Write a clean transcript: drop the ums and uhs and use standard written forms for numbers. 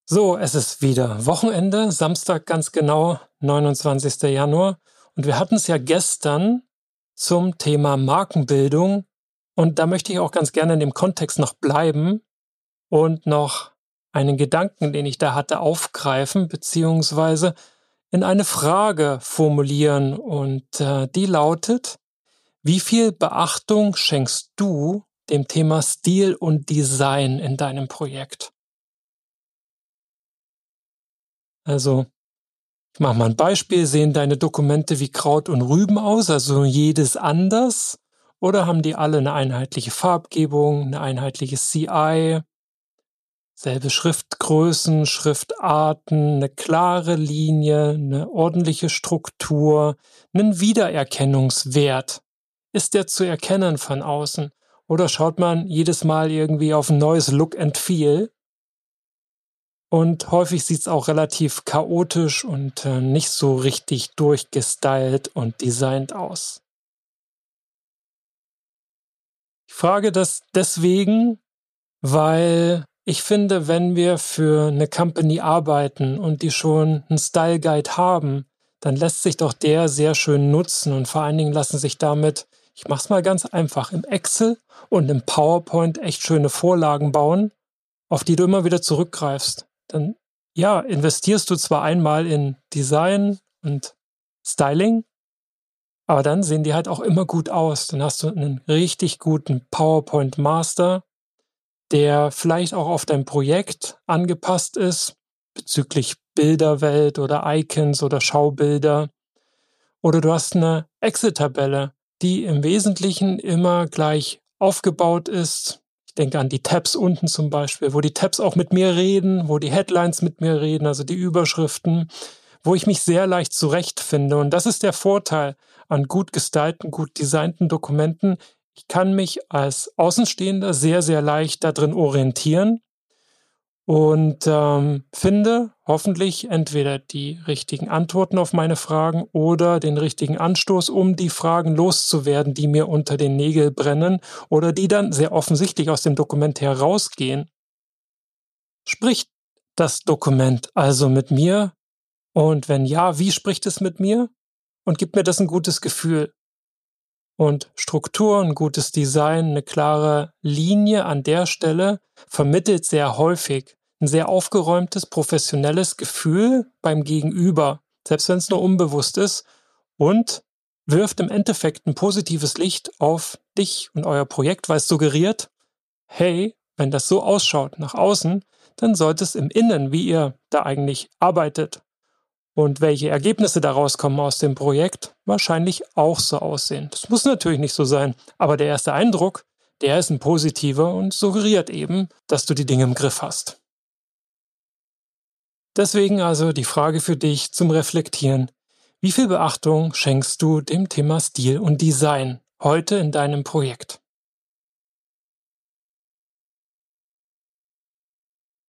So, es ist wieder Wochenende, Samstag ganz genau, 29. Januar. Und wir hatten es ja gestern zum Thema Markenbildung. Und da möchte ich auch ganz gerne in dem Kontext noch bleiben und noch einen Gedanken, den ich da hatte, aufgreifen, beziehungsweise in eine Frage formulieren. Und die lautet: Wie viel Beachtung schenkst du dem Thema Stil und Design in deinem Projekt? Also, ich mache mal ein Beispiel. Sehen deine Dokumente wie Kraut und Rüben aus, also jedes anders? Oder haben die alle eine einheitliche Farbgebung, eine einheitliche CI, selbe Schriftgrößen, Schriftarten, eine klare Linie, eine ordentliche Struktur, einen Wiedererkennungswert? Ist der zu erkennen von außen? Oder schaut man jedes Mal irgendwie auf ein neues Look and Feel? Und häufig sieht's auch relativ chaotisch und nicht so richtig durchgestylt und designt aus. Ich frage das deswegen, weil ich finde, wenn wir für eine Company arbeiten und die schon einen Style Guide haben, dann lässt sich doch der sehr schön nutzen und vor allen Dingen lassen sich damit, ich mache es mal ganz einfach, im Excel und im PowerPoint echt schöne Vorlagen bauen, auf die du immer wieder zurückgreifst. Dann, ja, investierst du zwar einmal in Design und Styling, aber dann sehen die halt auch immer gut aus. Dann hast du einen richtig guten PowerPoint Master, der vielleicht auch auf dein Projekt angepasst ist, bezüglich Bilderwelt oder Icons oder Schaubilder. Oder du hast eine Excel-Tabelle, die im Wesentlichen immer gleich aufgebaut ist. Ich denke an die Tabs unten zum Beispiel, wo die Tabs auch mit mir reden, wo die Headlines mit mir reden, also die Überschriften, wo ich mich sehr leicht zurechtfinde. Und das ist der Vorteil an gut gestylten, gut designten Dokumenten. Ich kann mich als Außenstehender sehr, sehr leicht darin orientieren und finde hoffentlich entweder die richtigen Antworten auf meine Fragen oder den richtigen Anstoß, um die Fragen loszuwerden, die mir unter den Nägeln brennen oder die dann sehr offensichtlich aus dem Dokument herausgehen. Spricht das Dokument also mit mir? Und wenn ja, wie spricht es mit mir? Und gibt mir das ein gutes Gefühl? Und Struktur, ein gutes Design, eine klare Linie an der Stelle vermittelt sehr häufig ein sehr aufgeräumtes, professionelles Gefühl beim Gegenüber, selbst wenn es nur unbewusst ist, und wirft im Endeffekt ein positives Licht auf dich und euer Projekt, weil es suggeriert: Hey, wenn das so ausschaut nach außen, dann sollte es im Innen, wie ihr da eigentlich arbeitet und welche Ergebnisse daraus kommen aus dem Projekt, wahrscheinlich auch so aussehen. Das muss natürlich nicht so sein, aber der erste Eindruck, der ist ein positiver und suggeriert eben, dass du die Dinge im Griff hast. Deswegen also die Frage für dich zum Reflektieren: Wie viel Beachtung schenkst du dem Thema Stil und Design heute in deinem Projekt?